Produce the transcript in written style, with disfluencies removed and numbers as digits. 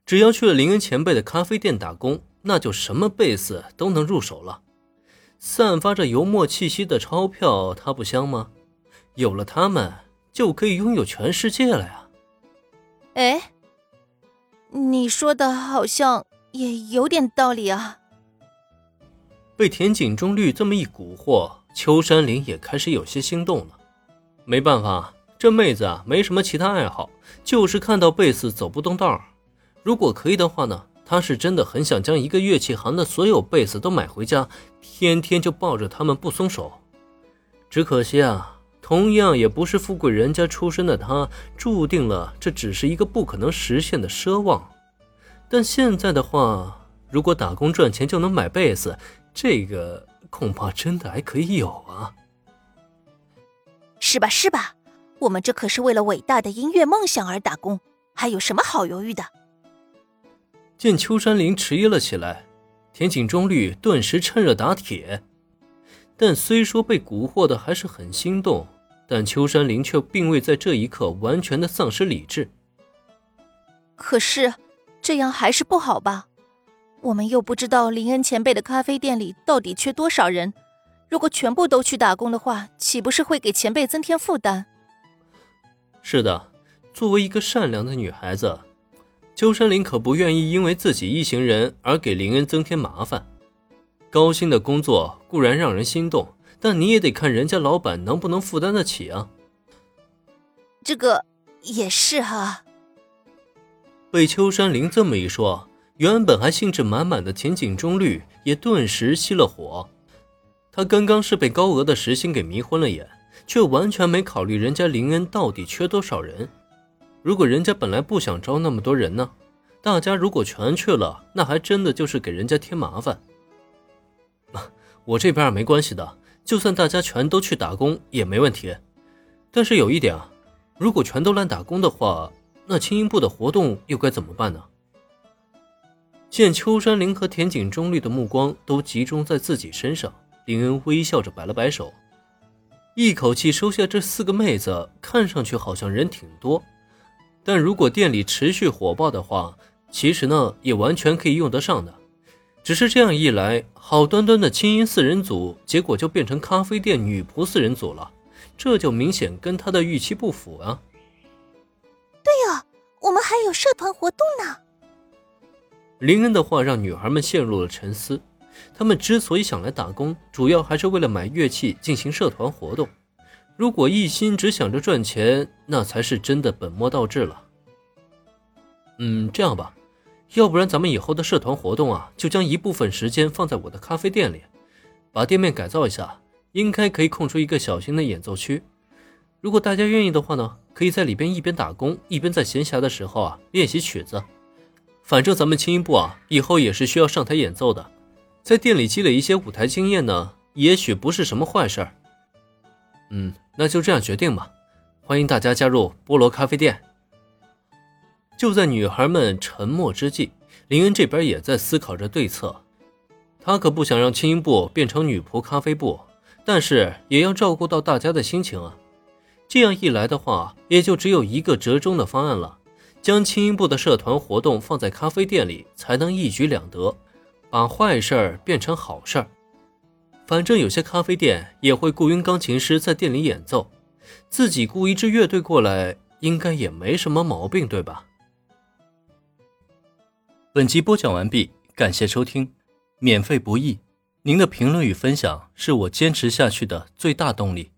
只要去了林恩前辈的咖啡店打工，那就什么贝斯都能入手了。散发着油墨气息的钞票，它不香吗？有了它们，就可以拥有全世界了呀。 哎，你说的好像也有点道理啊。 被田井中绿这么一蛊惑，秋山林也开始有些心动了。没办法，这妹子啊没什么其他爱好，就是看到贝斯走不动道。如果可以的话呢，他是真的很想将一个乐器行的所有贝斯都买回家，天天就抱着他们不松手。只可惜啊，同样也不是富贵人家出身的他，注定了这只是一个不可能实现的奢望。但现在的话，如果打工赚钱就能买贝斯，这个恐怕真的还可以有啊。 是吧是吧，我们这可是为了伟大的音乐梦想而打工，还有什么好犹豫的？ 见秋山林迟疑了起来，田井中绿顿时趁热打铁。但虽说被蛊惑的还是很心动，但秋山林却并未在这一刻完全的丧失理智。 可是这样还是不好吧？我们又不知道林恩前辈的咖啡店里到底缺多少人，如果全部都去打工的话，岂不是会给前辈增添负担？ 是的，作为一个善良的女孩子，秋山林可不愿意因为自己一行人而给林恩增添麻烦。高薪的工作固然让人心动，但你也得看人家老板能不能负担得起啊。 这个也是哈。 被秋山林这么一说，原本还兴致满满的田井中绿也顿时熄了火。他刚刚是被高额的时薪给迷昏了眼，却完全没考虑人家林恩到底缺多少人。如果人家本来不想招那么多人呢，大家如果全去了，那还真的就是给人家添麻烦。我这边没关系的，就算大家全都去打工也没问题。但是有一点啊，如果全都来打工的话，那轻音部的活动又该怎么办呢？见秋山林和田井中绿的目光都集中在自己身上，林恩微笑着摆了摆手，一口气收下这4个妹子，看上去好像人挺多，但如果店里持续火爆的话，其实呢也完全可以用得上的。只是这样一来，好端端的轻音4人组，结果就变成咖啡店女仆4人组了，这就明显跟他的预期不符啊。 对啊，我们还有社团活动呢。 林恩的话让女孩们陷入了沉思，她们之所以想来打工，主要还是为了买乐器进行社团活动。如果一心只想着赚钱，那才是真的本末倒置了。这样吧，要不然咱们以后的社团活动啊，就将一部分时间放在我的咖啡店里，把店面改造一下，应该可以空出一个小型的演奏区。如果大家愿意的话呢，可以在里边一边打工，一边在闲暇的时候啊练习曲子。反正咱们轻音部啊，以后也是需要上台演奏的，在店里积累一些舞台经验呢，也许不是什么坏事儿。那就这样决定吧，欢迎大家加入菠萝咖啡店。就在女孩们沉默之际，林恩这边也在思考着对策。他可不想让轻音部变成女仆咖啡部，但是也要照顾到大家的心情啊。这样一来的话，也就只有一个折中的方案了，将轻音部的社团活动放在咖啡店里，才能一举两得，把坏事儿变成好事儿。反正有些咖啡店也会雇佣钢琴师在店里演奏，自己雇一支乐队过来，应该也没什么毛病，对吧？ 本集播讲完毕，感谢收听，免费不易，您的评论与分享是我坚持下去的最大动力。